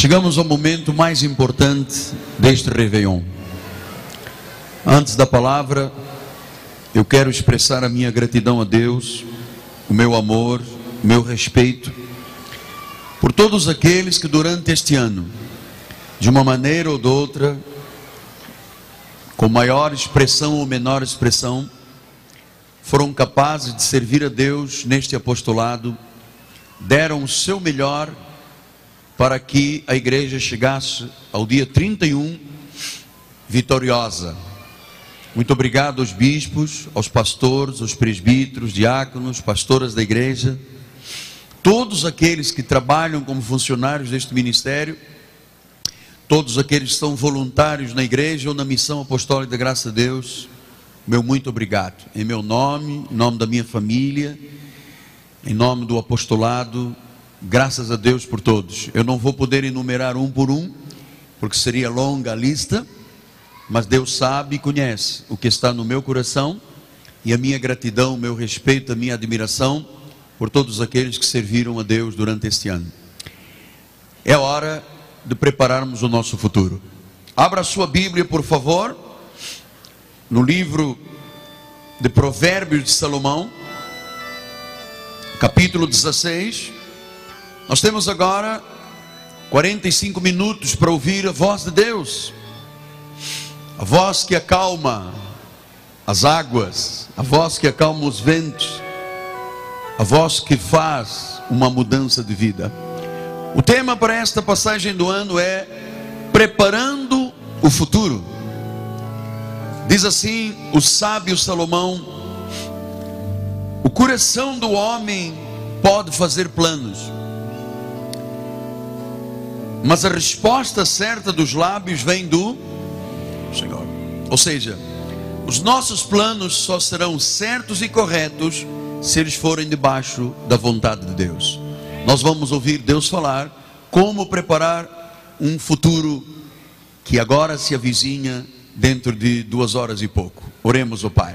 Chegamos ao momento mais importante deste Réveillon. Antes da palavra, eu quero expressar a minha gratidão a Deus, o meu amor, o meu respeito por todos aqueles que durante este ano, de uma maneira ou de outra, com maior expressão ou menor expressão, foram capazes de servir a Deus neste apostolado, deram o seu melhor para que a igreja chegasse ao dia 31 vitoriosa. Muito obrigado aos bispos, aos pastores, aos presbíteros, diáconos, pastoras da igreja, todos aqueles que trabalham como funcionários deste ministério, todos aqueles que são voluntários na igreja ou na missão apostólica da graça de Deus. Meu muito obrigado, em meu nome, em nome da minha família, em nome do apostolado. Graças a Deus por todos. Eu não vou poder enumerar um por um, porque seria longa a lista, mas Deus sabe e conhece o que está no meu coração, e a minha gratidão, o meu respeito, a minha admiração por todos aqueles que serviram a Deus durante este ano. É hora de prepararmos o nosso futuro. Abra a sua Bíblia, por favor, no livro de Provérbios de Salomão, capítulo 16. Nós temos agora 45 minutos para ouvir a voz de Deus, a voz que acalma as águas, a voz que acalma os ventos, a voz que faz uma mudança de vida. O tema para esta passagem do ano é preparando o futuro. Diz assim o sábio Salomão: o coração do homem pode fazer planos, mas a resposta certa dos lábios vem do Senhor. Ou seja, os nossos planos só serão certos e corretos se eles forem debaixo da vontade de Deus. Nós vamos ouvir Deus falar como preparar um futuro que agora se avizinha dentro de 2 horas e pouco. Oremos ao Pai.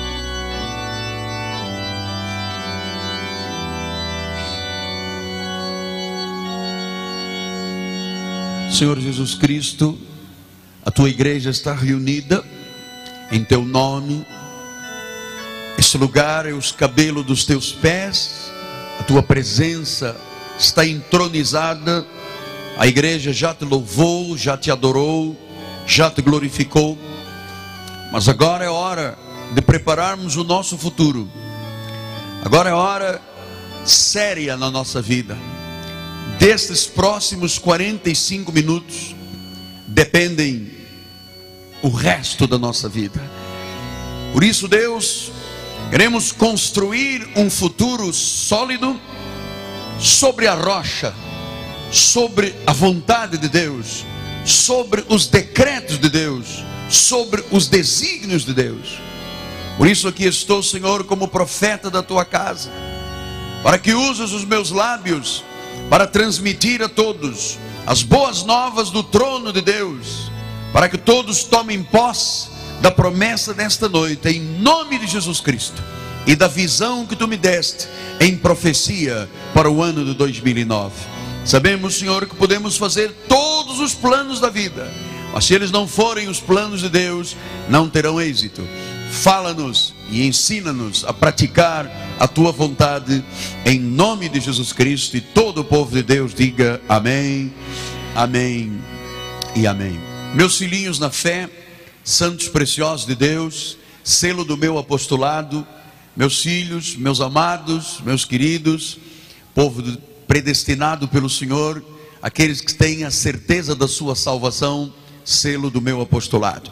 Senhor Jesus Cristo, a tua igreja está reunida em teu nome. Este lugar é os cabelos dos teus pés, a tua presença está entronizada. A igreja já te louvou, já te adorou, já te glorificou, mas agora é hora de prepararmos o nosso futuro. Agora é hora séria na nossa vida. Destes próximos 45 minutos dependem o resto da nossa vida. Por isso, Deus, queremos construir um futuro sólido sobre a rocha, sobre a vontade de Deus, sobre os decretos de Deus, sobre os desígnios de Deus. Por isso aqui estou, Senhor, como profeta da tua casa, para que uses os meus lábios para transmitir a todos as boas novas do trono de Deus, para que todos tomem posse da promessa desta noite, em nome de Jesus Cristo, e da visão que tu me deste em profecia para o ano de 2009. Sabemos, Senhor, que podemos fazer todos os planos da vida, mas se eles não forem os planos de Deus, não terão êxito. Fala-nos e ensina-nos a praticar a tua vontade, em nome de Jesus Cristo. E todo o povo de Deus diga amém, amém e amém. Meus filhinhos na fé, santos preciosos de Deus, selo do meu apostolado, meus filhos, meus amados, meus queridos, povo predestinado pelo Senhor, aqueles que têm a certeza da sua salvação, selo do meu apostolado.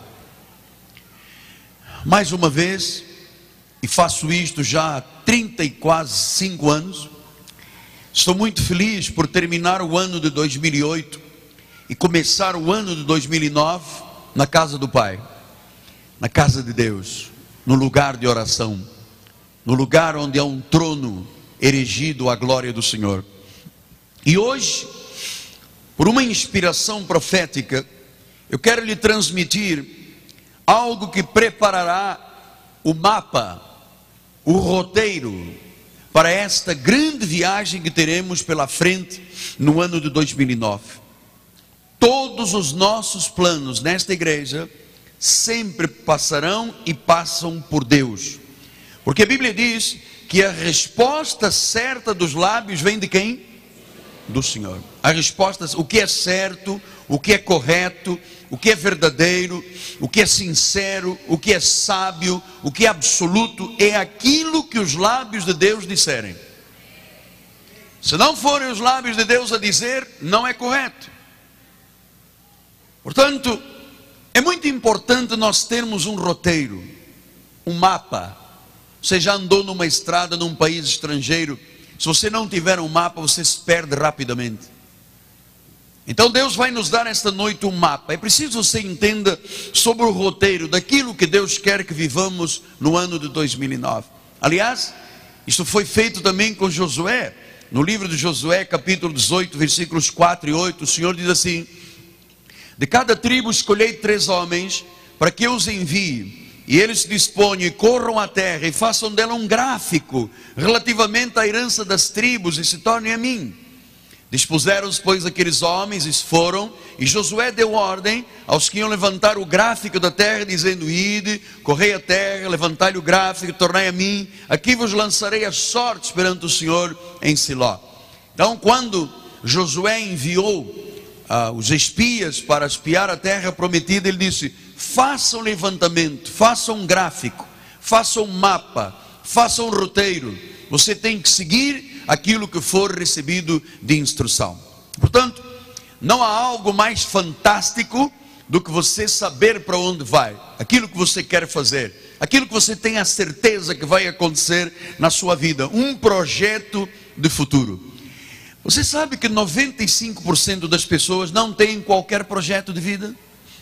Mais uma vez, e faço isto já há 35 anos, estou muito feliz por terminar o ano de 2008 e começar o ano de 2009 na casa do Pai, na casa de Deus, no lugar de oração, no lugar onde há um trono erigido à glória do Senhor. E hoje, por uma inspiração profética, eu quero lhe transmitir algo que preparará o mapa, o roteiro para esta grande viagem que teremos pela frente no ano de 2009. todos os nossos planos nesta igreja sempre passarão e passam por Deus. Porque a Bíblia diz que a resposta certa dos lábios vem de quem? Do Senhor. A resposta, o que é certo, o que é correto, o que é verdadeiro, o que é sincero, o que é sábio, o que é absoluto, é aquilo que os lábios de Deus disserem. Se não forem os lábios de Deus a dizer, não é correto. Portanto, é muito importante nós termos um roteiro, um mapa. Você já andou numa estrada num país estrangeiro? Se você não tiver um mapa, você se perde rapidamente. Então Deus vai nos dar esta noite um mapa. É preciso que você entenda sobre o roteiro daquilo que Deus quer que vivamos no ano de 2009. Aliás, isso foi feito também com Josué. No livro de Josué, capítulo 18, versículos 4 e 8, o Senhor diz assim: de cada tribo escolhei 3 homens para que eu os envie, e eles se disponham e corram à terra e façam dela um gráfico relativamente à herança das tribos e se tornem a mim. Dispuseram-se, pois, aqueles homens e foram, e Josué deu ordem aos que iam levantar o gráfico da terra, dizendo: ide, correi a terra, levantai o gráfico, tornai a mim, aqui vos lançarei as sortes perante o Senhor em Siló. Então, quando Josué enviou os espias para espiar a terra prometida, ele disse: façam um levantamento, façam um gráfico, façam um mapa, façam um roteiro. Você tem que seguir aquilo que for recebido de instrução. Portanto, não há algo mais fantástico do que você saber para onde vai, aquilo que você quer fazer, aquilo que você tem a certeza que vai acontecer na sua vida, um projeto de futuro. Você sabe que 95% das pessoas não têm qualquer projeto de vida?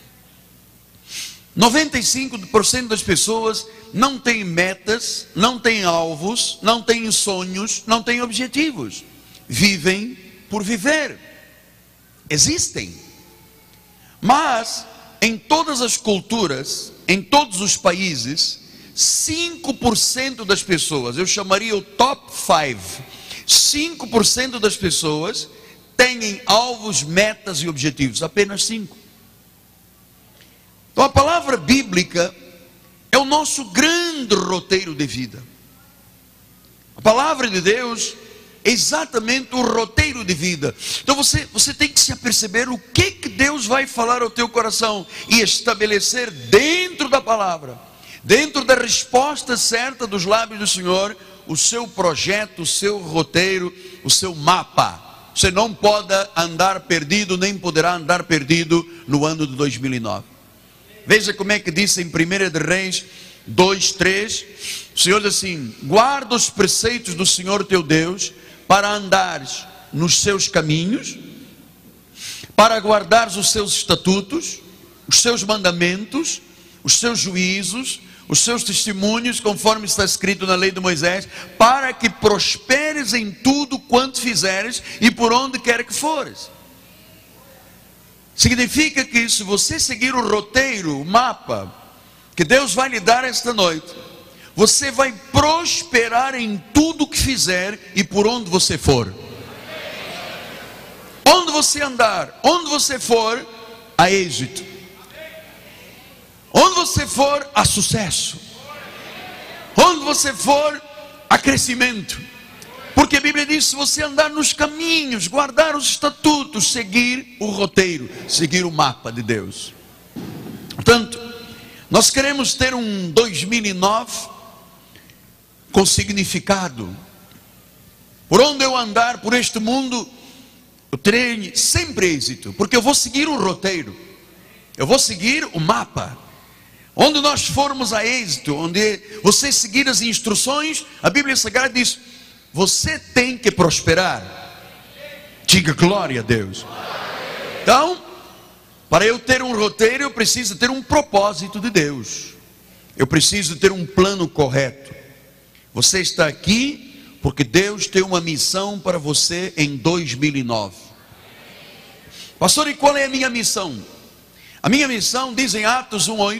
95% das pessoas não têm metas, não têm alvos, não têm sonhos, não têm objetivos. Vivem por viver. Existem. Mas em todas as culturas, em todos os países, 5% das pessoas, eu chamaria o top 5%, 5% das pessoas têm alvos, metas e objetivos. Apenas 5%. Então a palavra bíblica é o nosso grande roteiro de vida. A palavra de Deus é exatamente o roteiro de vida. Então você tem que se aperceber o que Deus vai falar ao teu coração e estabelecer dentro da palavra, dentro da resposta certa dos lábios do Senhor, o seu projeto, o seu roteiro, o seu mapa. Você não pode andar perdido, nem poderá andar perdido no ano de 2009. Veja como é que diz em 1 Reis 2:3, o Senhor diz assim: guarda os preceitos do Senhor teu Deus, para andares nos seus caminhos, para guardares os seus estatutos, os seus mandamentos, os seus juízos, os seus testemunhos, conforme está escrito na lei de Moisés, para que prosperes em tudo quanto fizeres e por onde quer que fores. Significa que se você seguir o roteiro, o mapa que Deus vai lhe dar esta noite, você vai prosperar em tudo que fizer e por onde você for. Onde você andar, onde você for, há êxito. Onde você for, há sucesso. Onde você for, há crescimento. Porque a Bíblia diz: se você andar nos caminhos, guardar os estatutos, seguir o roteiro, seguir o mapa de Deus. Portanto, nós queremos ter um 2009 com significado. Por onde eu andar por este mundo, eu terei sempre êxito, porque eu vou seguir o roteiro, eu vou seguir o mapa. Onde nós formos a êxito, onde você seguir as instruções, a Bíblia Sagrada diz: você tem que prosperar. Diga glória a Deus. Então, para eu ter um roteiro, eu preciso ter um propósito de Deus. Eu preciso ter um plano correto. Você está aqui porque Deus tem uma missão para você em 2009. Pastor, e qual é a minha missão? A minha missão diz em Atos 1:8: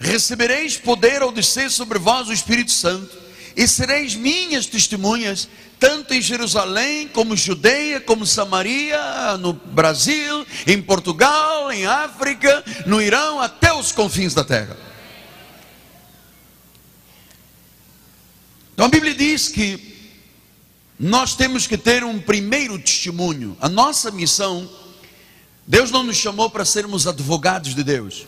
recebereis poder ao descer sobre vós o Espírito Santo, e sereis minhas testemunhas, tanto em Jerusalém, como Judeia, como Samaria, no Brasil, em Portugal, em África, no Irão, até os confins da terra. Então a Bíblia diz que nós temos que ter um primeiro testemunho. A nossa missão, Deus não nos chamou para sermos advogados de Deus.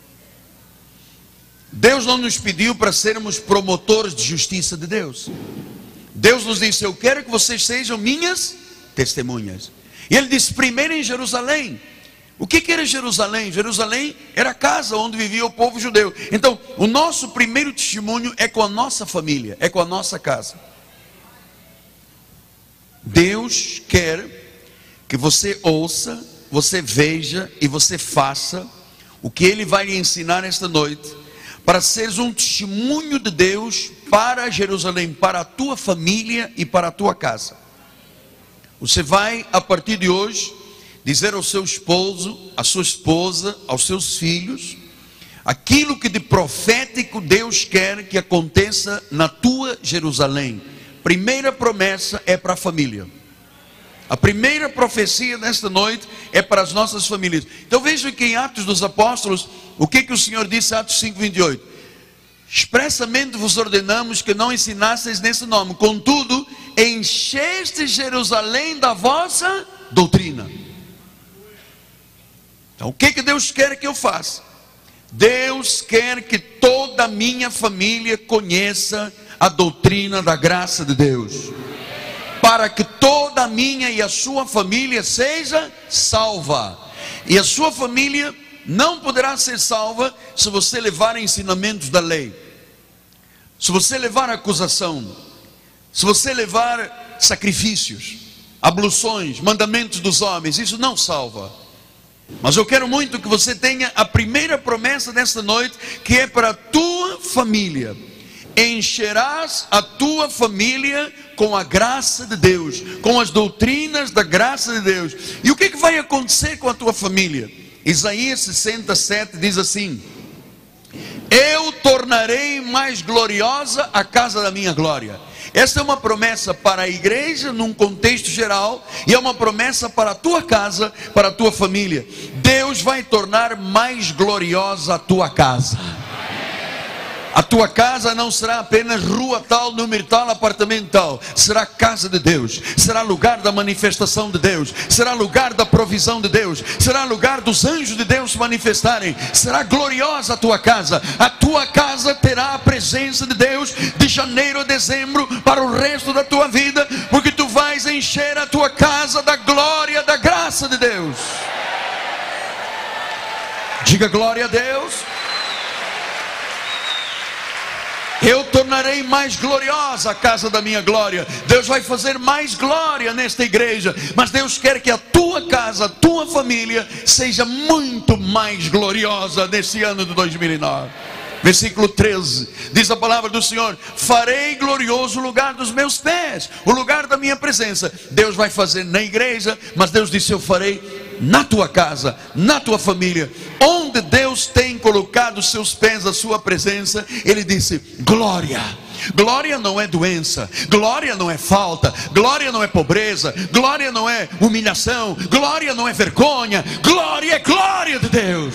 Deus não nos pediu para sermos promotores de justiça de Deus. Deus nos disse: eu quero que vocês sejam minhas testemunhas. E Ele disse primeiro em Jerusalém. O que era Jerusalém? Jerusalém era a casa onde vivia o povo judeu. Então, o nosso primeiro testemunho é com a nossa família, é com a nossa casa. Deus quer que você ouça, você veja e você faça o que Ele vai lhe ensinar esta noite, para seres um testemunho de Deus para Jerusalém, para a tua família e para a tua casa. Você vai, a partir de hoje, dizer ao seu esposo, à sua esposa, aos seus filhos, aquilo que de profético Deus quer que aconteça na tua Jerusalém. Primeira promessa é para a família. A primeira profecia desta noite é para as nossas famílias. Então veja que em Atos dos Apóstolos, o que o Senhor disse, Atos 5:28. Expressamente vos ordenamos que não ensinasseis nesse nome, contudo, encheste Jerusalém da vossa doutrina. Então o que Deus quer que eu faça? Deus quer que toda a minha família conheça a doutrina da graça de Deus, para que toda a minha e a sua família seja salva. E a sua família não poderá ser salva se você levar ensinamentos da lei, se você levar acusação, se você levar sacrifícios, abluções, mandamentos dos homens. Isso não salva. Mas eu quero muito que você tenha a primeira promessa desta noite, que é para a tua família. Encherás a tua família com a graça de Deus, com as doutrinas da graça de Deus. E o que vai acontecer com a tua família? Isaías 67 diz assim: eu tornarei mais gloriosa a casa da minha glória. Esta é uma promessa para a igreja num contexto geral, e é uma promessa para a tua casa, para a tua família. Deus vai tornar mais gloriosa a tua casa. A tua casa não será apenas rua tal, número tal, apartamento tal. Será casa de Deus, será lugar da manifestação de Deus, será lugar da provisão de Deus, será lugar dos anjos de Deus se manifestarem. Será gloriosa a tua casa. A tua casa terá a presença de Deus de janeiro a dezembro para o resto da tua vida, porque tu vais encher a tua casa da glória, da graça de Deus. Diga glória a Deus. Eu tornarei mais gloriosa a casa da minha glória. Deus vai fazer mais glória nesta igreja, mas Deus quer que a tua casa, a tua família seja muito mais gloriosa nesse ano de 2009. Versículo 13, diz a palavra do Senhor: farei glorioso o lugar dos meus pés, o lugar da minha presença. Deus vai fazer na igreja, mas Deus disse: eu farei na tua casa, na tua família. Onde Deus tem colocado os seus pés, a sua presença, Ele disse: glória. Glória não é doença, glória não é falta, glória não é pobreza, glória não é humilhação, glória não é vergonha, glória é glória de Deus.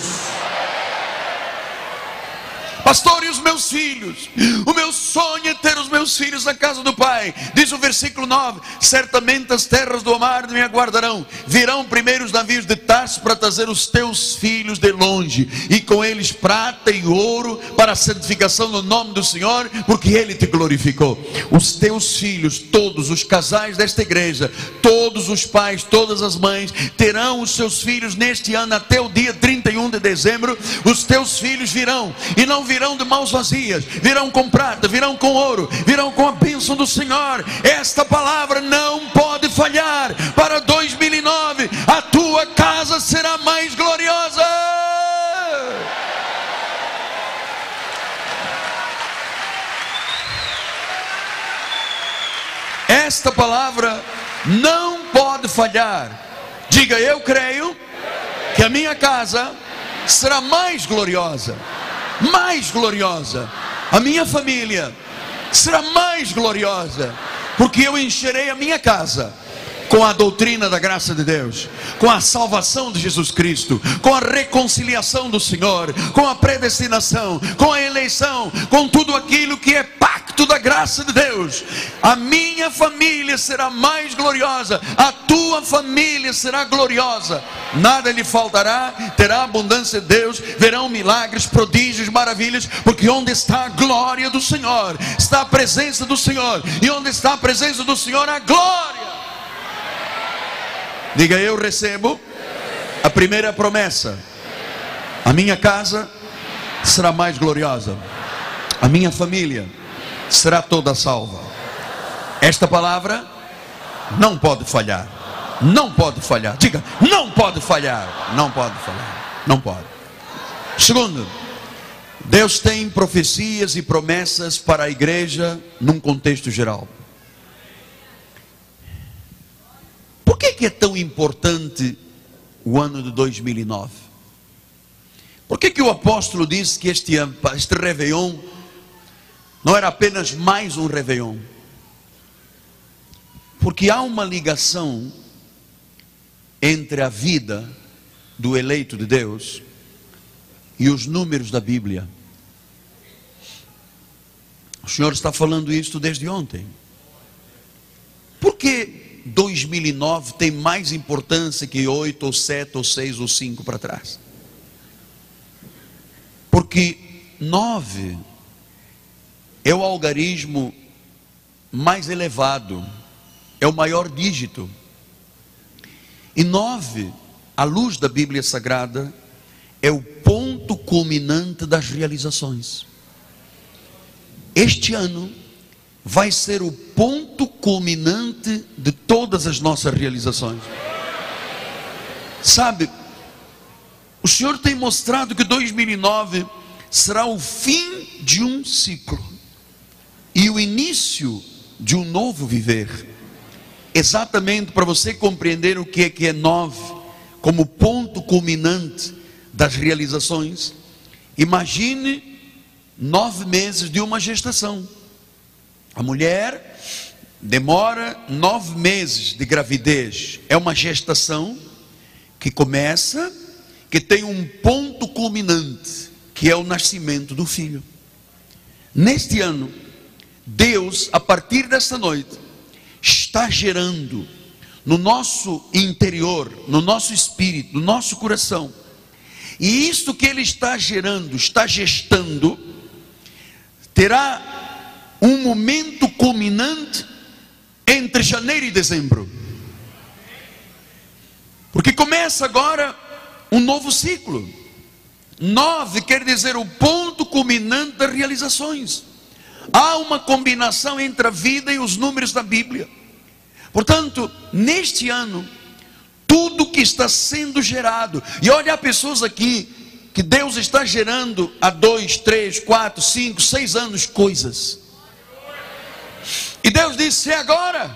Pastor, e os meus filhos? O meu sonho é ter os meus filhos na casa do Pai. Diz o versículo 9: certamente as terras do mar me aguardarão. Virão primeiro os navios de Tarso para trazer os teus filhos de longe, e com eles prata e ouro para a santificação no nome do Senhor, porque Ele te glorificou. Os teus filhos, todos os casais desta igreja, todos os pais, todas as mães, terão os seus filhos neste ano até o dia 31 de dezembro. Os teus filhos virão, e não virão de mãos vazias, virão com prata, virão com ouro, virão com a bênção do Senhor. Esta palavra não pode falhar. Para 2009 a tua casa será mais gloriosa. Esta palavra não pode falhar. Diga: eu creio que a minha casa será mais gloriosa. Mais gloriosa. A minha família será mais gloriosa. porque eu encherei a minha casa com a doutrina da graça de Deus, com a salvação de Jesus Cristo, com a reconciliação do Senhor, com a predestinação, com a eleição, com tudo aquilo que é pacto da graça de Deus. A minha família será mais gloriosa, a tua família será gloriosa, nada lhe faltará, terá abundância de Deus, verão milagres, prodígios, maravilhas, porque onde está a glória do Senhor, está a presença do Senhor, e onde está a presença do Senhor, a glória. Diga: eu recebo a primeira promessa. A minha casa será mais gloriosa, a minha família será toda salva. Esta palavra não pode falhar. Não pode falhar. Diga: não pode falhar. Não pode falhar. Não pode. Segundo, Deus tem profecias e promessas para a igreja num contexto geral. Por que é tão importante o ano de 2009? Por que o apóstolo disse que este Réveillon não era apenas mais um Réveillon? Porque há uma ligação entre a vida do eleito de Deus e os números da Bíblia. O Senhor está falando isso desde ontem. Por que 2009 tem mais importância que 8 ou 7 ou 6 ou 5 para trás? Porque 9 é o algarismo mais elevado, é o maior dígito. E 9, à luz da Bíblia Sagrada, é o ponto culminante das realizações. Este ano vai ser o ponto culminante de todas as nossas realizações. Sabe, o Senhor tem mostrado que 2009 será o fim de um ciclo e o início de um novo viver. Exatamente para você compreender o que é 9 como ponto culminante das realizações, imagine 9 meses de uma gestação. A mulher demora 9 meses de gravidez. É uma gestação que começa, que tem um ponto culminante, que é o nascimento do filho. Neste ano, Deus, a partir desta noite, está gerando no nosso interior, no nosso espírito, no nosso coração. E isto que Ele está gerando, está gestando, terá um momento culminante entre janeiro e dezembro. Porque começa agora um novo ciclo. 9 quer dizer o ponto culminante das realizações. Há uma combinação entre a vida e os números da Bíblia. Portanto, neste ano, tudo que está sendo gerado, e olha, há pessoas aqui que Deus está gerando há 2, 3, 4, 5, 6 anos coisas. E Deus disse: é agora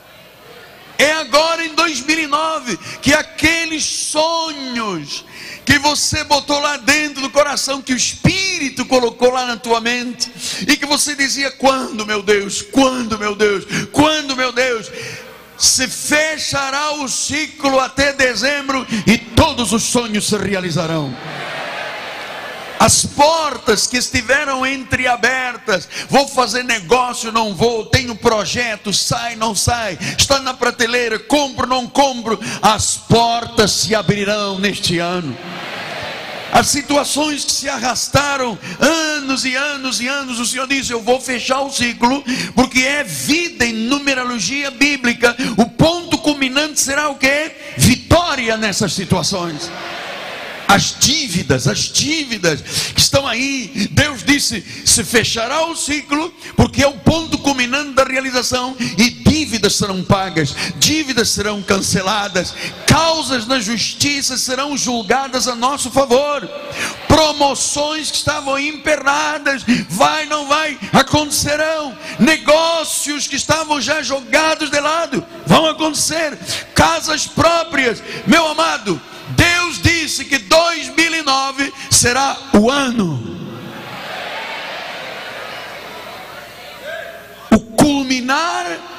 em 2009, que aqueles sonhos que você botou lá dentro do coração, que o Espírito colocou lá na tua mente, e que você dizia: quando, meu Deus, quando, meu Deus, quando, meu Deus, se fechará o ciclo até dezembro e todos os sonhos se realizarão. As portas que estiveram entreabertas, vou fazer negócio, não vou, tenho projeto, sai, não sai, está na prateleira, compro, não compro, as portas se abrirão neste ano. As situações que se arrastaram anos e anos e anos, o Senhor diz: eu vou fechar o ciclo, porque é vida em numerologia bíblica. O ponto culminante será o quê? Vitória nessas situações. As dívidas que estão aí, Deus disse: se fechará o ciclo, porque é o ponto culminante da realização, e dívidas serão pagas, dívidas serão canceladas, causas na justiça serão julgadas a nosso favor, promoções que estavam emperradas, vai, não vai, acontecerão, negócios que estavam já jogados de lado, vão acontecer, casas próprias. Meu amado, Deus disse que 2009 será o ano, o culminar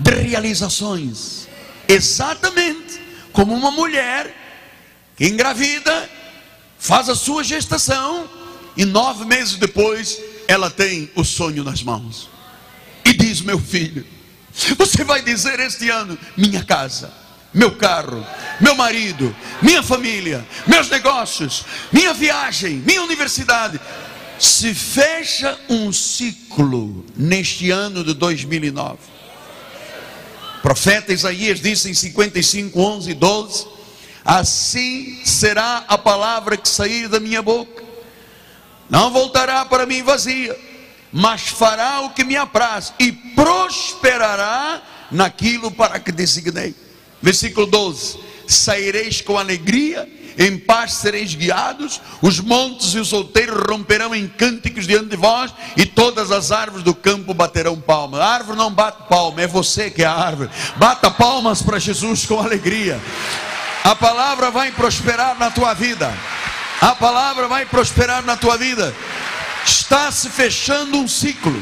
de realizações. Exatamente como uma mulher que engravida, faz a sua gestação e 9 meses depois ela tem o sonho nas mãos. E diz: meu filho, você vai dizer este ano: minha casa, meu carro, meu marido, minha família, meus negócios, minha viagem, minha universidade. Se fecha um ciclo neste ano de 2009. O profeta Isaías disse em 55, 11 e 12: assim será a palavra que sair da minha boca, não voltará para mim vazia, mas fará o que me apraz e prosperará naquilo para que designei. Versículo 12: saireis com alegria, em paz sereis guiados, os montes e os outeiros romperão em cânticos diante de vós, e todas as árvores do campo baterão palmas. A árvore não bate palma, é você que é a árvore. Bata palmas para Jesus com alegria. A palavra vai prosperar na tua vida. A palavra vai prosperar na tua vida. Está se fechando um ciclo.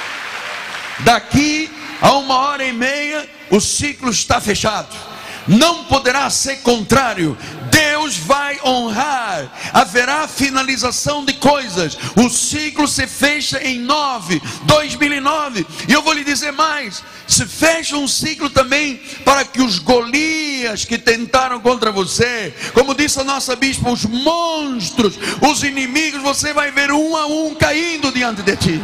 Daqui a 1h30 o ciclo está fechado. Não poderá ser contrário. Deus vai honrar. Haverá finalização de coisas. O ciclo se fecha em 2009. E eu vou lhe dizer mais: se fecha um ciclo também para que os Golias que tentaram contra você, como disse a nossa bispa, os monstros, os inimigos, você vai ver um a um caindo diante de ti.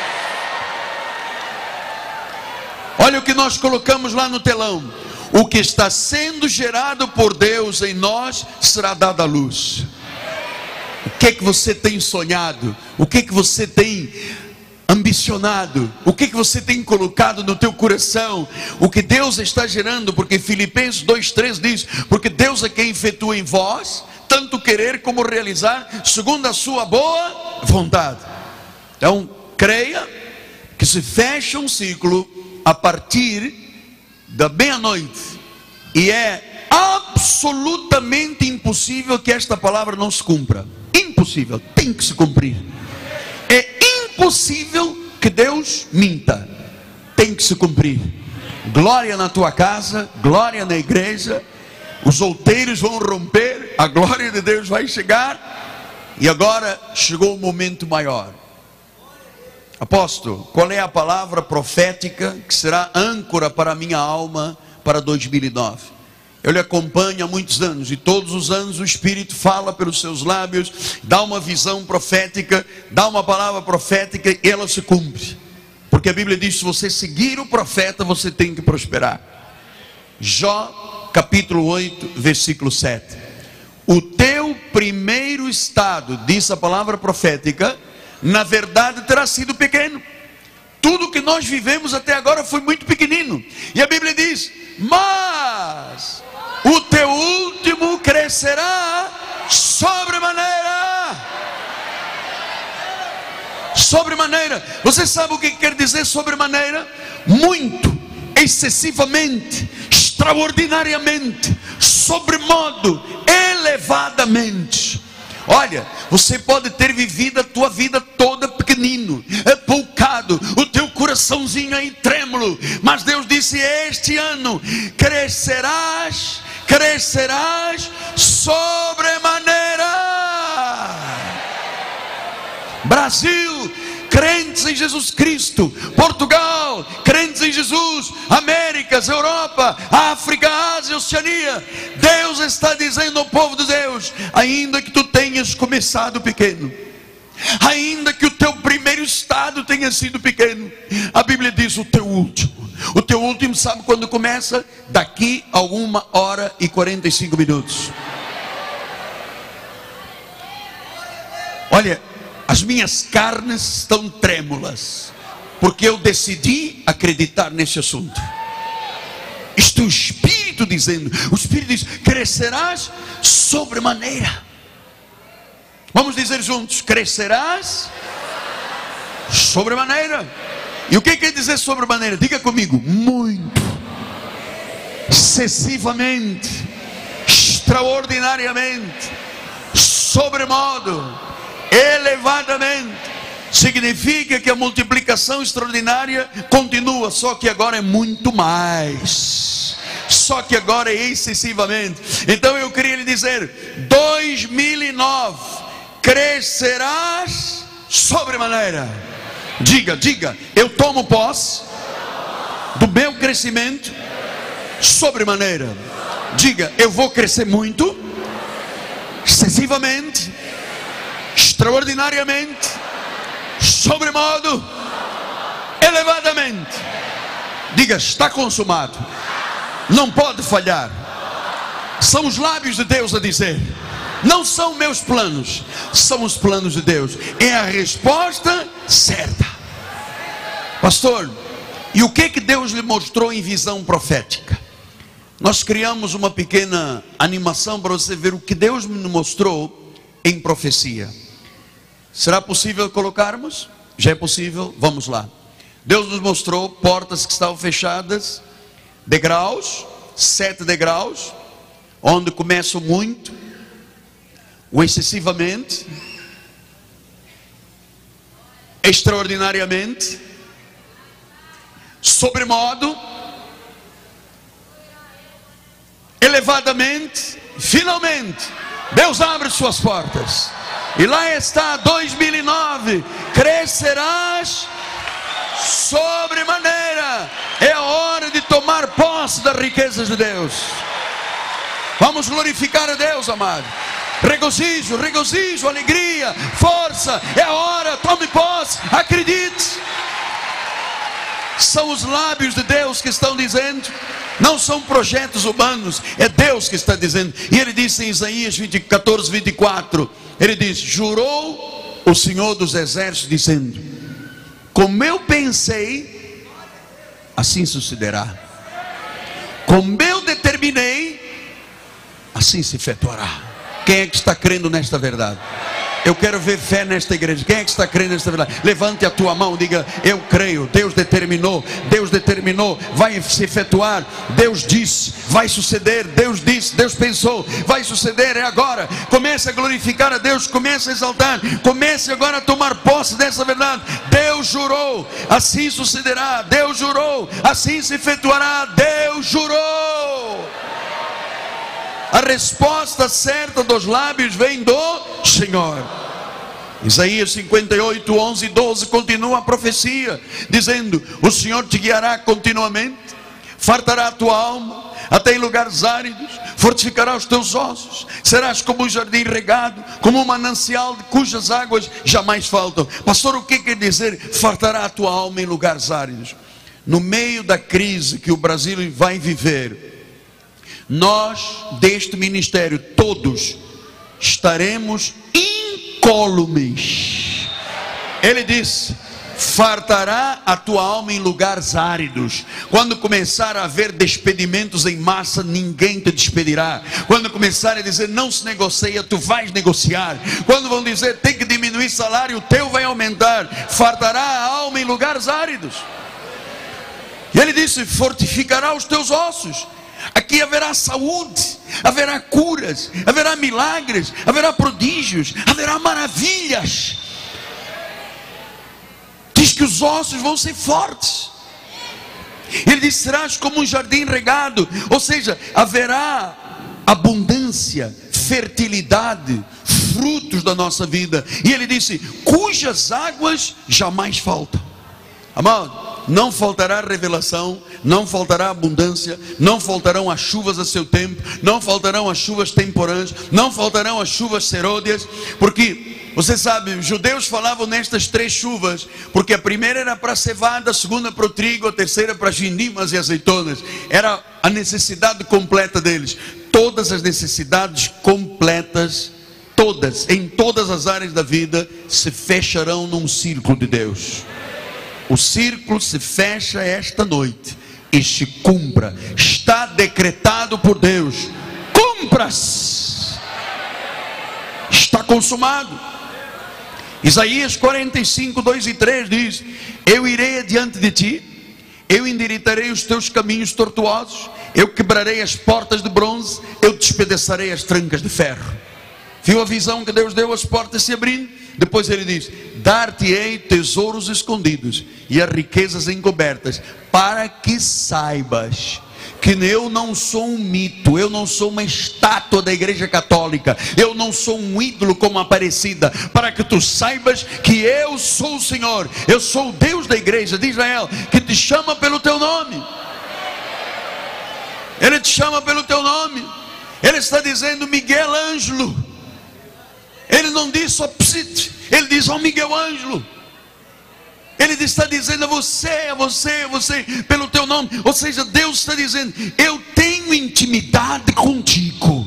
Olha o que nós colocamos lá no telão: o que está sendo gerado por Deus em nós será dado à luz. O que é que você tem sonhado? O que é que você tem ambicionado? O que é que você tem colocado no teu coração? O que Deus está gerando? Porque Filipenses 2:3 diz: porque Deus é quem efetua em vós tanto querer como realizar segundo a sua boa vontade. Então creia que se fecha um ciclo a partir da meia-noite, e é absolutamente impossível que esta palavra não se cumpra. Impossível, tem que se cumprir. É impossível que Deus minta, tem que se cumprir. Glória na tua casa, glória na igreja. Os outeiros vão romper, a glória de Deus vai chegar. E agora chegou o momento maior. Apóstolo, qual é a palavra profética que será âncora para a minha alma para 2009? Eu lhe acompanho há muitos anos, e todos os anos o Espírito fala pelos seus lábios, dá uma visão profética, dá uma palavra profética, e ela se cumpre. Porque a Bíblia diz: se você seguir o profeta, você tem que prosperar. Jó capítulo 8, versículo 7. O teu primeiro estado, diz a palavra profética, na verdade terá sido pequeno. Tudo que nós vivemos até agora foi muito pequenino. E a Bíblia diz: mas o teu último crescerá sobremaneira. Sobremaneira. Você sabe o que quer dizer sobremaneira? Muito, excessivamente, extraordinariamente, sobremodo, elevadamente. Olha, você pode ter vivido a tua vida toda pequenino, poucado, o teu coraçãozinho aí trêmulo, mas Deus disse: este ano crescerás sobremaneira. Brasil, crentes em Jesus Cristo. Portugal, crentes em Jesus. Américas, Europa, África, Ásia, Oceania. Deus está dizendo ao povo de Deus: ainda que tu tenhas começado pequeno, ainda que o teu primeiro estado tenha sido pequeno, a Bíblia diz: o teu último sabe quando começa? Daqui a 1h45. Olha, as minhas carnes estão trêmulas, porque eu decidi acreditar nesse assunto. Isto é o Espírito dizendo. O Espírito diz: crescerás sobremaneira. Vamos dizer juntos: crescerás sobremaneira. E o que quer dizer sobremaneira? Diga comigo: muito, excessivamente, extraordinariamente, sobremodo, elevadamente, significa que a multiplicação extraordinária continua, só que agora é muito mais, só que agora é excessivamente. Então eu queria lhe dizer, 2009, crescerás sobremaneira. Diga, eu tomo posse do meu crescimento sobremaneira. Diga, eu vou crescer muito, excessivamente, extraordinariamente, sobremodo, elevadamente. Diga, está consumado, não pode falhar. São os lábios de Deus a dizer, não são meus planos, são os planos de Deus. É a resposta certa. Pastor, e o que Deus lhe mostrou em visão profética? Nós criamos uma pequena animação para você ver o que Deus me mostrou em profecia. Será possível colocarmos? Já é possível? Vamos lá. Deus nos mostrou portas que estavam fechadas, degraus, 7 degraus, onde começa o muito, o excessivamente, extraordinariamente, sobremodo, elevadamente, finalmente, Deus abre suas portas. E lá está, 2009, crescerás sobremaneira. É a hora de tomar posse das riquezas de Deus. Vamos glorificar a Deus, amado. Regozijo, alegria, força. É a hora, tome posse, acredite. São os lábios de Deus que estão dizendo, não são projetos humanos, é Deus que está dizendo. E ele disse em Isaías 14, 24, ele diz, jurou o Senhor dos Exércitos, dizendo, como eu pensei, assim sucederá. Como eu determinei, assim se efetuará. Quem é que está crendo nesta verdade? Eu quero ver fé nesta igreja. Quem é que está crendo nesta verdade? Levante a tua mão, diga, eu creio. Deus determinou, vai se efetuar. Deus disse, vai suceder. Deus disse, Deus pensou, vai suceder, é agora. Comece a glorificar a Deus, comece a exaltar, comece agora a tomar posse dessa verdade. Deus jurou, assim sucederá. Deus jurou, assim se efetuará. Deus jurou. A resposta certa dos lábios vem do Senhor. Isaías 58, 11 e 12 continua a profecia, dizendo, o Senhor te guiará continuamente, fartará a tua alma, até em lugares áridos, fortificará os teus ossos, serás como um jardim regado, como um manancial cujas águas jamais faltam. Pastor, o que quer dizer fartará a tua alma em lugares áridos? No meio da crise que o Brasil vai viver, nós deste ministério todos estaremos incólumes. Ele disse, fartará a tua alma em lugares áridos. Quando começar a haver despedimentos em massa, ninguém te despedirá. Quando começar a dizer não se negocia, tu vais negociar. Quando vão dizer tem que diminuir salário, o teu vai aumentar. Fartará a alma em lugares áridos. E ele disse, fortificará os teus ossos. Aqui haverá saúde, haverá curas, haverá milagres, haverá prodígios, haverá maravilhas. Diz que os ossos vão ser fortes. Ele diz, serás como um jardim regado. Ou seja, haverá abundância, fertilidade, frutos da nossa vida. E ele disse, cujas águas jamais faltam. Amado, não faltará revelação, não faltará abundância, não faltarão as chuvas a seu tempo, não faltarão as chuvas temporãs, não faltarão as chuvas serôdias, porque você sabe, os judeus falavam nestas 3 chuvas, porque a primeira era para a cevada, a segunda para o trigo, a terceira para as vindimas e azeitonas. Era a necessidade completa deles. Todas as necessidades completas, todas, em todas as áreas da vida, se fecharão num círculo de Deus. O círculo se fecha esta noite e se cumpra. Está decretado por Deus. Cumpra-se. Está consumado. Isaías 45, 2 e 3 diz, eu irei adiante de ti, eu endireitarei os teus caminhos tortuosos, eu quebrarei as portas de bronze, eu despedaçarei as trancas de ferro. Viu a visão que Deus deu, as portas se abrindo? Depois ele diz: dar-te-ei tesouros escondidos e as riquezas encobertas, para que saibas que eu não sou um mito, eu não sou uma estátua da igreja católica, eu não sou um ídolo como Aparecida, para que tu saibas que eu sou o Senhor, eu sou o Deus da igreja de Israel, que te chama pelo teu nome. Ele te chama pelo teu nome. Ele está dizendo Miguel Ângelo. Ele não diz só psit, ele diz ó Miguel Ângelo. Ele está dizendo a você, pelo teu nome. Ou seja, Deus está dizendo: eu tenho intimidade contigo.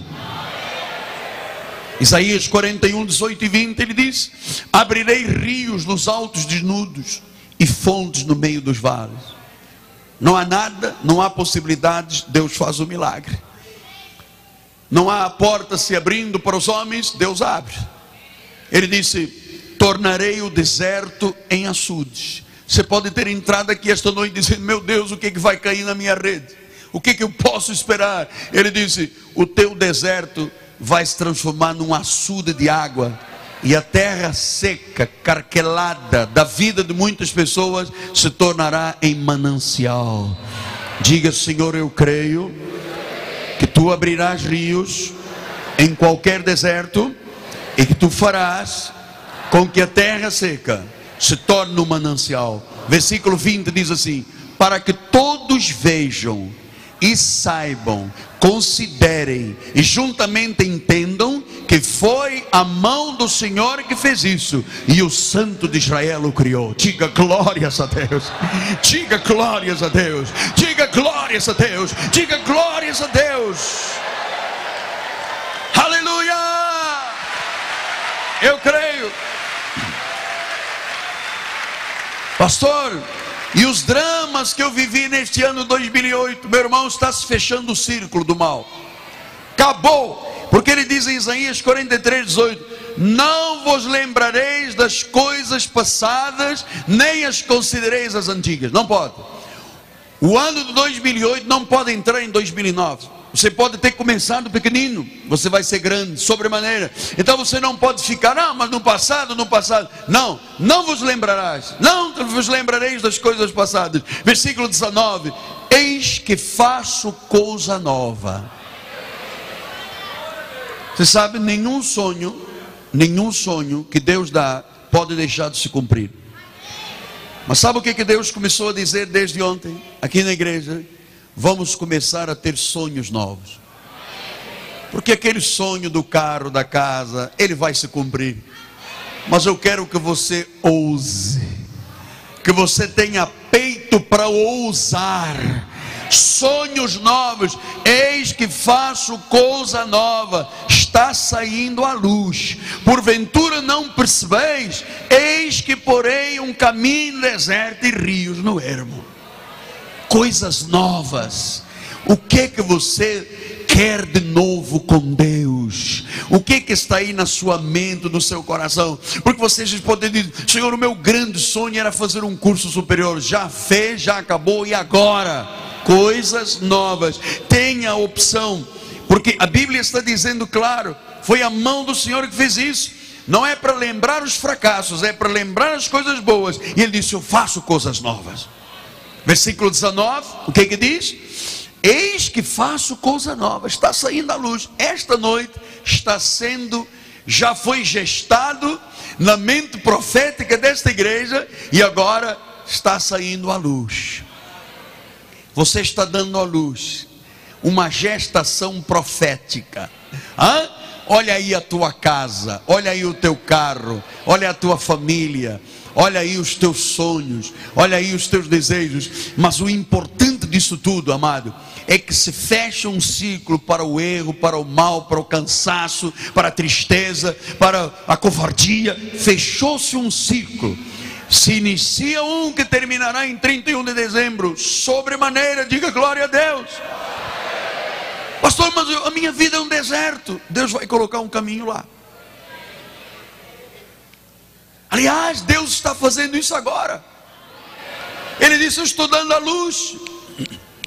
Isaías 41, 18 e 20, ele diz: abrirei rios nos altos desnudos e fontes no meio dos vales. Não há nada, não há possibilidades, Deus faz o milagre. Não há a porta se abrindo para os homens, Deus abre. Ele disse: tornarei o deserto em açudes. Você pode ter entrado aqui esta noite dizendo: meu Deus, o que vai cair na minha rede? O que eu posso esperar? Ele disse: o teu deserto vai se transformar num açude de água, e a terra seca, carquelada da vida de muitas pessoas se tornará em manancial. Diga: Senhor, eu creio que tu abrirás rios em qualquer deserto, e que tu farás com que a terra seca se torne um manancial. Versículo 20 diz assim: para que todos vejam e saibam, considerem e juntamente entendam que foi a mão do Senhor que fez isso, e o Santo de Israel o criou. Diga glórias a Deus. Diga glórias a Deus. Diga glórias a Deus. Diga glórias a Deus. Aleluia. Eu creio. Pastor, e os dramas que eu vivi neste ano 2008, meu irmão, está se fechando o círculo do mal. Acabou. Porque ele diz em Isaías 43, 18: não vos lembrareis das coisas passadas, nem as considereis as antigas. Não pode. O ano de 2008 não pode entrar em 2009. Você pode ter começado pequenino, você vai ser grande, sobremaneira. Então você não pode ficar: mas no passado. Não, não vos lembrarás, não vos lembrareis das coisas passadas. Versículo 19: eis que faço coisa nova. Você sabe, nenhum sonho que Deus dá pode deixar de se cumprir. Mas sabe o que Deus começou a dizer desde ontem, aqui na igreja? Vamos começar a ter sonhos novos. Porque aquele sonho do carro, da casa, ele vai se cumprir. Mas eu quero que você ouse, que você tenha peito para ousar. Sonhos novos. Eis que faço coisa nova, está saindo à luz. Porventura não percebeis? Eis que porei um caminho no deserto e rios no ermo. Coisas novas. O que você quer de novo com Deus? O que está aí na sua mente, no seu coração? Porque vocês podem dizer: Senhor, o meu grande sonho era fazer um curso superior. Já fez, já acabou, e agora? Coisas novas. Tenha a opção, porque a Bíblia está dizendo claro: foi a mão do Senhor que fez isso. Não é para lembrar os fracassos, é para lembrar as coisas boas. E ele disse: eu faço coisas novas. Versículo 19, o que diz? Eis que faço coisa nova, está saindo à luz. Esta noite está sendo, já foi gestado na mente profética desta igreja, e agora está saindo à luz. Você está dando à luz uma gestação profética. Olha aí a tua casa, olha aí o teu carro, olha a tua família, olha aí os teus sonhos, olha aí os teus desejos. Mas o importante disso tudo, amado, é que se fecha um ciclo para o erro, para o mal, para o cansaço, para a tristeza, para a covardia. Fechou-se um ciclo. Se inicia um que terminará em 31 de dezembro, sobremaneira. Diga glória a Deus. Pastor, mas a minha vida é um deserto. Deus vai colocar um caminho lá. Aliás, Deus está fazendo isso agora. Ele disse: eu estou dando a luz.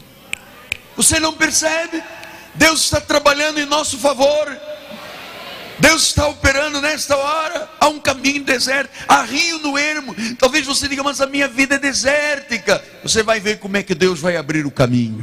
Você não percebe? Deus está trabalhando em nosso favor. Deus está operando nesta hora. Há um caminho deserto, há rio no ermo. Talvez você diga, mas a minha vida é desértica. Você vai ver como é que Deus vai abrir o caminho.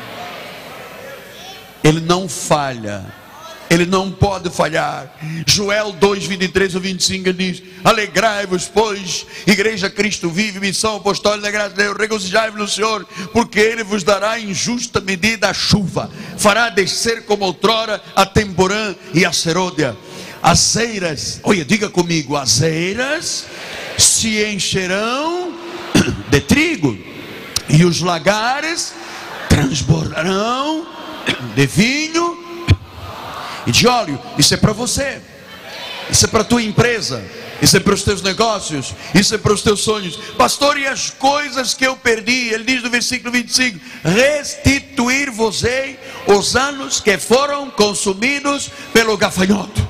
Ele não falha, Ele não pode falhar. Joel 2, 23 ou 25 diz: alegrai-vos, pois, Igreja Cristo vive, missão apostólica da graça de Deus, regozijai-vos no Senhor, porque Ele vos dará em justa medida a chuva, fará descer como outrora a temporã e a serôdia. As eiras, olha, diga comigo, as eiras se encherão de trigo, e os lagares transbordarão de vinho e de óleo. Isso é para você, isso é para a tua empresa, isso é para os teus negócios, isso é para os teus sonhos. Pastor, e as coisas que eu perdi? Ele diz no versículo 25: restituir-vos-ei os anos que foram consumidos pelo gafanhoto.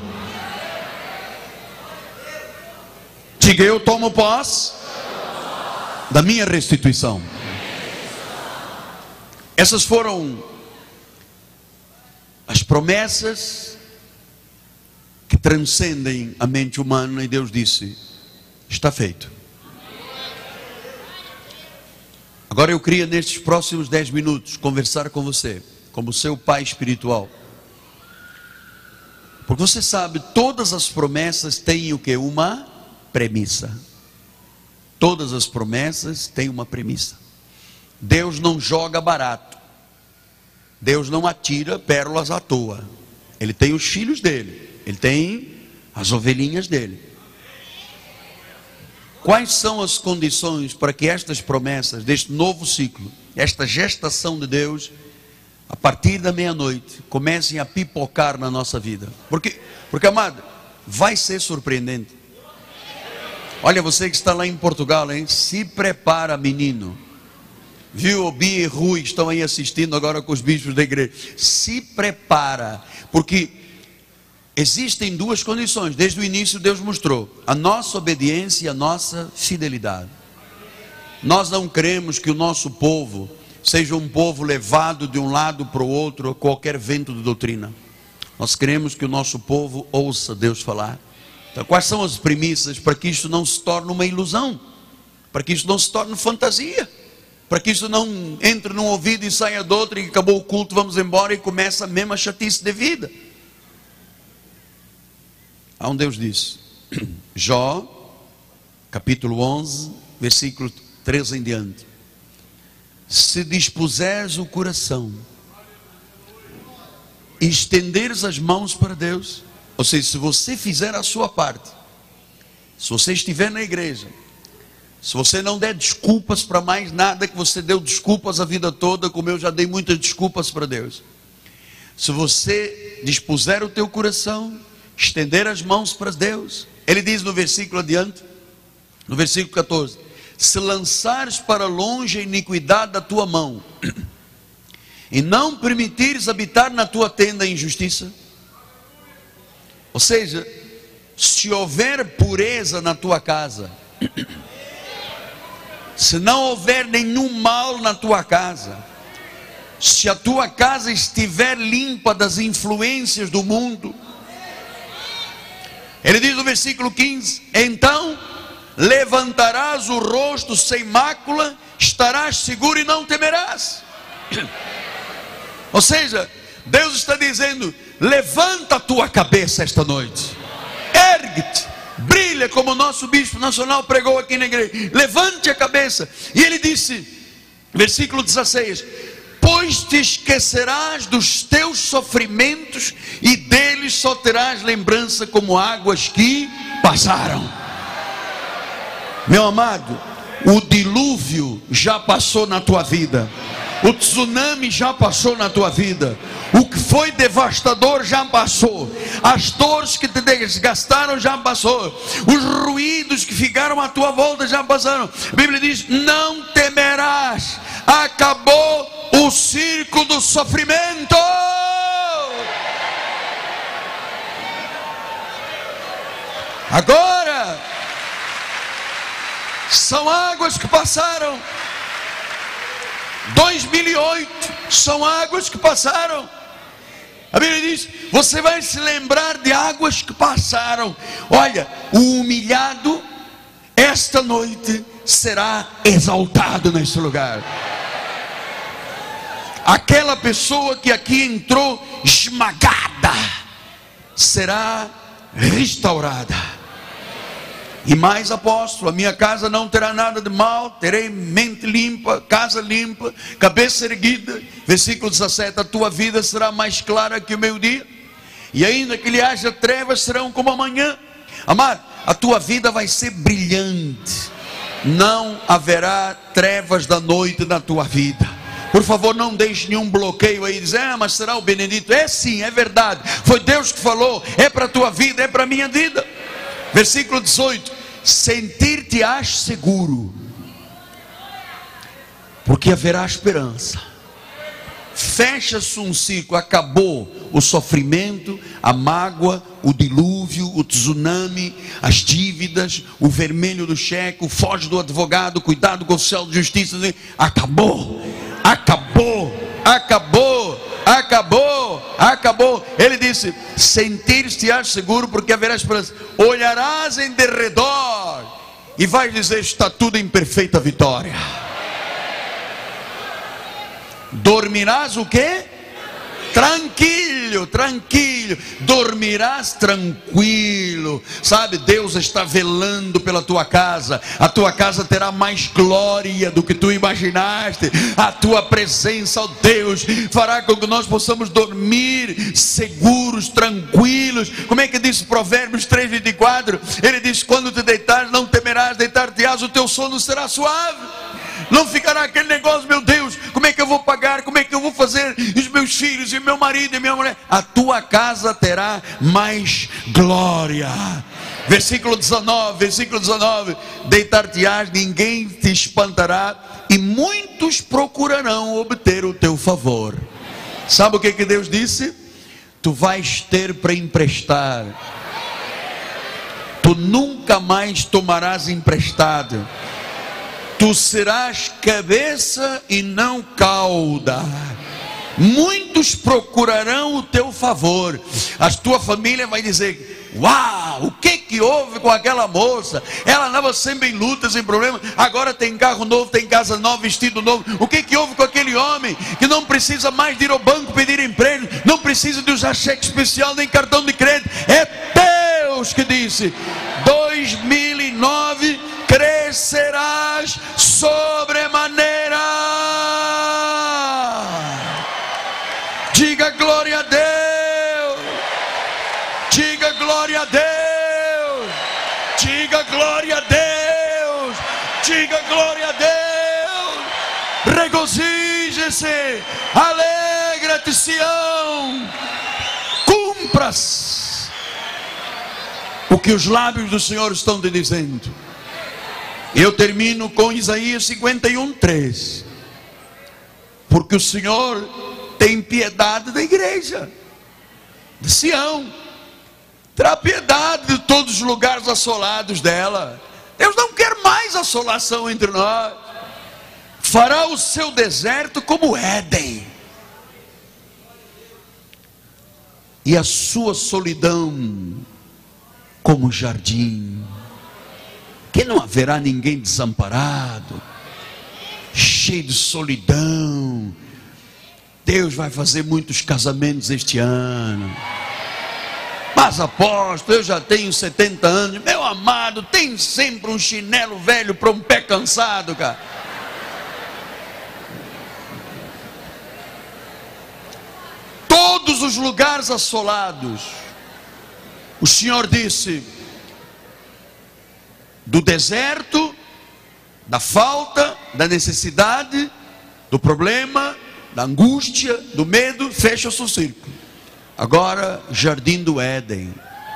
Diga: eu tomo posse da minha restituição. Essas foram as promessas que transcendem a mente humana, e Deus disse: está feito. Agora eu queria, nestes próximos 10 minutos, conversar com você como seu pai espiritual, porque você sabe, todas as promessas têm o que? Uma premissa. Todas as promessas têm uma premissa. Deus não joga barato, Deus não atira pérolas à toa. Ele tem os filhos dele, Ele tem as ovelhinhas dele. Quais são as condições para que estas promessas deste novo ciclo, esta gestação de Deus, a partir da meia-noite, comecem a pipocar na nossa vida? Porque amado, vai ser surpreendente. Olha, você que está lá em Portugal, hein? Se prepara, menino. Viu, o Bia e Rui estão aí assistindo agora com os bispos da igreja. Se prepara, porque existem duas condições. Desde o início Deus mostrou: a nossa obediência e a nossa fidelidade. Nós não queremos que o nosso povo seja um povo levado de um lado para o outro a qualquer vento de doutrina. Nós queremos que o nosso povo ouça Deus falar. Então, quais são as premissas para que isso não se torne uma ilusão, para que isso não se torne fantasia, para que isso não entre num ouvido e saia do outro, e acabou o culto, vamos embora, e começa a mesma chatice de vida? Há um Deus disse, Jó, capítulo 11, versículo 13 em diante: se dispuseres o coração e estenderes as mãos para Deus, ou seja, se você fizer a sua parte, se você estiver na igreja, se você não der desculpas para mais nada, que você deu desculpas a vida toda, como eu já dei muitas desculpas para Deus. Se você dispuser o teu coração, estender as mãos para Deus, Ele diz no versículo adiante, no versículo 14: se lançares para longe a iniquidade da tua mão, e não permitires habitar na tua tenda a injustiça. Ou seja, se houver pureza na tua casa, se não houver nenhum mal na tua casa, se a tua casa estiver limpa das influências do mundo, Ele diz no versículo 15: então levantarás o rosto sem mácula, estarás seguro e não temerás. Ou seja, Deus está dizendo: levanta a tua cabeça esta noite, ergue-te, brilha, como o nosso bispo nacional pregou aqui na igreja. Levante a cabeça. E ele disse, versículo 16: pois te esquecerás dos teus sofrimentos, e deles só terás lembrança como águas que passaram. Meu amado, o dilúvio já passou na tua vida, o tsunami já passou na tua vida, o que foi devastador já passou, as dores que te desgastaram já passou, os ruídos que ficaram à tua volta já passaram. A Bíblia diz: não temerás, acabou o circo do sofrimento. Agora são águas que passaram. 2008 são águas que passaram. A Bíblia diz: você vai se lembrar de águas que passaram. Olha, o humilhado esta noite será exaltado nesse lugar. Aquela pessoa que aqui entrou esmagada será restaurada. E mais, apóstolo, a minha casa não terá nada de mal, terei mente limpa, casa limpa, cabeça erguida. Versículo 17: a tua vida será mais clara que o meio-dia, e ainda que lhe haja trevas, serão como amanhã. Amado, a tua vida vai ser brilhante, não haverá trevas da noite na tua vida. Por favor, não deixe nenhum bloqueio aí, dizer: mas será o Benedito? É sim, é verdade, foi Deus que falou, é para a tua vida, é para a minha vida. Versículo 18: sentir-te-ás seguro, porque haverá esperança. Fecha-se um ciclo, acabou o sofrimento, a mágoa, o dilúvio, o tsunami, as dívidas, o vermelho do cheque, o foge do advogado, cuidado com o oficial de justiça. Acabou, acabou, acabou, acabou, acabou. Ele disse: sentir-te-ás seguro, porque haverá esperança. Olharás em derredor e vais dizer: está tudo em perfeita vitória. Dormirás o quê? Tranquilo, tranquilo. Dormirás tranquilo. Sabe, Deus está velando pela tua casa. A tua casa terá mais glória do que tu imaginaste. A tua presença, ó Deus, fará com que nós possamos dormir seguros, tranquilos. Como é que diz Provérbios 3:24? Ele diz: quando te deitares, não temerás, deitar-te-ás, o teu sono será suave. Não ficará aquele negócio: meu Deus, como é que eu vou pagar? Como é que eu vou fazer? E os meus filhos, e meu marido, e minha mulher. A tua casa terá mais glória. Versículo 19: deitar-te-ás, ninguém te espantará, e muitos procurarão obter o teu favor. Sabe o que Deus disse? Tu vais ter para emprestar. Tu nunca mais tomarás emprestado. Tu serás cabeça e não cauda. Muitos procurarão o teu favor. A tua família vai dizer: uau, o que houve com aquela moça? Ela andava sempre em lutas, em problemas, agora tem carro novo, tem casa nova, vestido novo. O que houve com aquele homem que não precisa mais de ir ao banco pedir emprego, não precisa de usar cheque especial nem cartão de crédito? É Deus que disse: 2009 crescerás sobremaneira. Diga glória a Deus. Diga glória a Deus. Diga glória a Deus. Diga glória a Deus. Regozije-se, alegra-te, Sião. Cumpras o que os lábios do Senhor estão te dizendo. Eu termino com Isaías 51:3. Porque o Senhor tem piedade da igreja de Sião, terá piedade de todos os lugares assolados dela. Deus não quer mais assolação entre nós. Fará o seu deserto como Éden, e a sua solidão como jardim, que não haverá ninguém desamparado, cheio de solidão. Deus vai fazer muitos casamentos este ano. Mas apóstolo, eu já tenho 70 anos. Meu amado, tem sempre um chinelo velho para um pé cansado, cara. Todos os lugares assolados, o Senhor disse: do deserto, da falta, da necessidade, do problema, da angústia, do medo, fecha-se o círculo. Agora, jardim do Éden.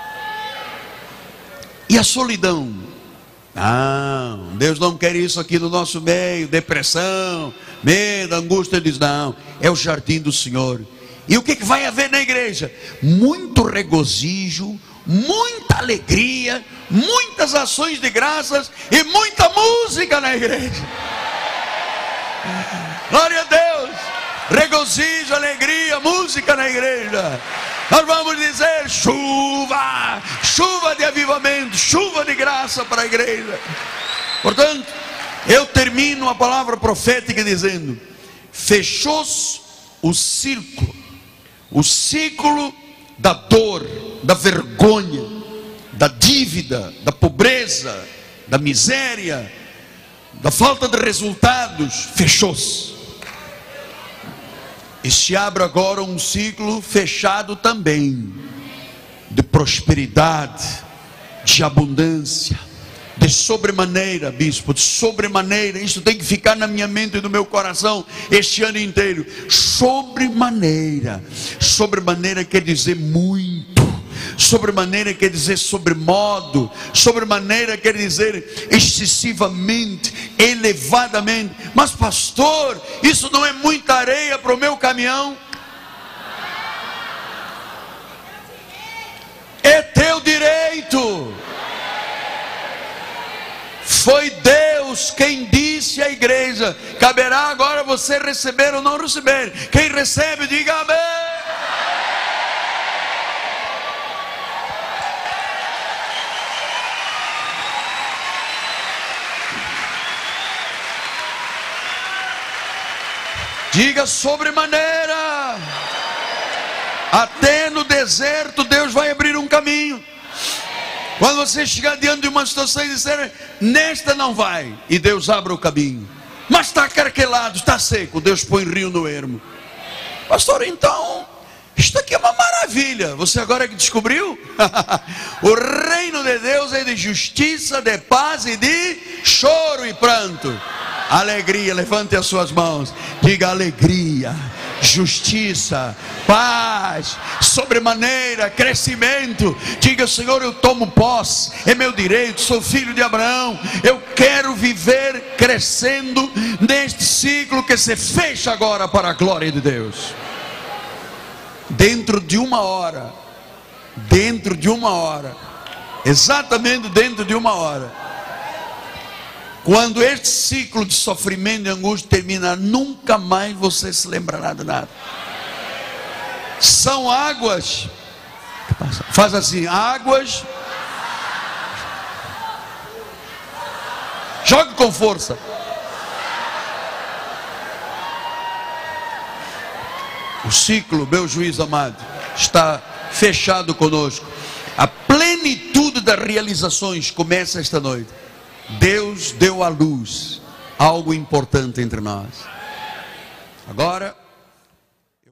E a solidão? Não, Deus não quer isso aqui no nosso meio. Depressão, medo, angústia. Ele diz: não, é o jardim do Senhor. E o que vai haver na igreja? Muito regozijo, muita alegria, muitas ações de graças e muita música na igreja. Glória a Deus. regozijo, alegria, música na igreja. Nós vamos dizer chuva, chuva de avivamento, chuva de graça para a igreja. Portanto, eu termino a palavra profética dizendo: fechou-se o ciclo da dor, da vergonha, da dívida, da pobreza, da miséria, da falta de resultados. Fechou-se. E se abre agora um ciclo fechado também, de prosperidade, de abundância, de sobremaneira, bispo, de sobremaneira. Isso tem que ficar na minha mente e no meu coração este ano inteiro. Sobremaneira. Sobremaneira quer dizer muito. Sobremaneira quer dizer sobremodo. Sobremaneira quer dizer excessivamente, elevadamente. Mas pastor, isso não é muita areia para o meu caminhão? É teu direito. Foi Deus quem disse à igreja: caberá agora você receber ou não receber. Quem recebe, diga amém. Diga sobremaneira. Até no deserto Deus vai abrir um caminho. Quando você chegar diante de uma situação e disser: nesta não vai, e Deus abre o caminho. Mas está carquelado, está seco, Deus põe rio no ermo. Pastor, então isto aqui é uma maravilha. Você agora que descobriu? O reino de Deus é de justiça, de paz e de choro e pranto. Alegria, levante as suas mãos, diga alegria, justiça, paz, sobremaneira, crescimento. Diga: Senhor, eu tomo posse, é meu direito, sou filho de Abraão. Eu quero viver crescendo neste ciclo que se fecha agora para a glória de Deus. Dentro de uma hora, exatamente dentro de uma hora, quando este ciclo de sofrimento e angústia terminar, nunca mais você se lembrará de nada. São águas, faz assim, águas, jogue com força. O ciclo, meu juiz amado, está fechado conosco. A plenitude das realizações começa esta noite. Deus deu à luz algo importante entre nós. Agora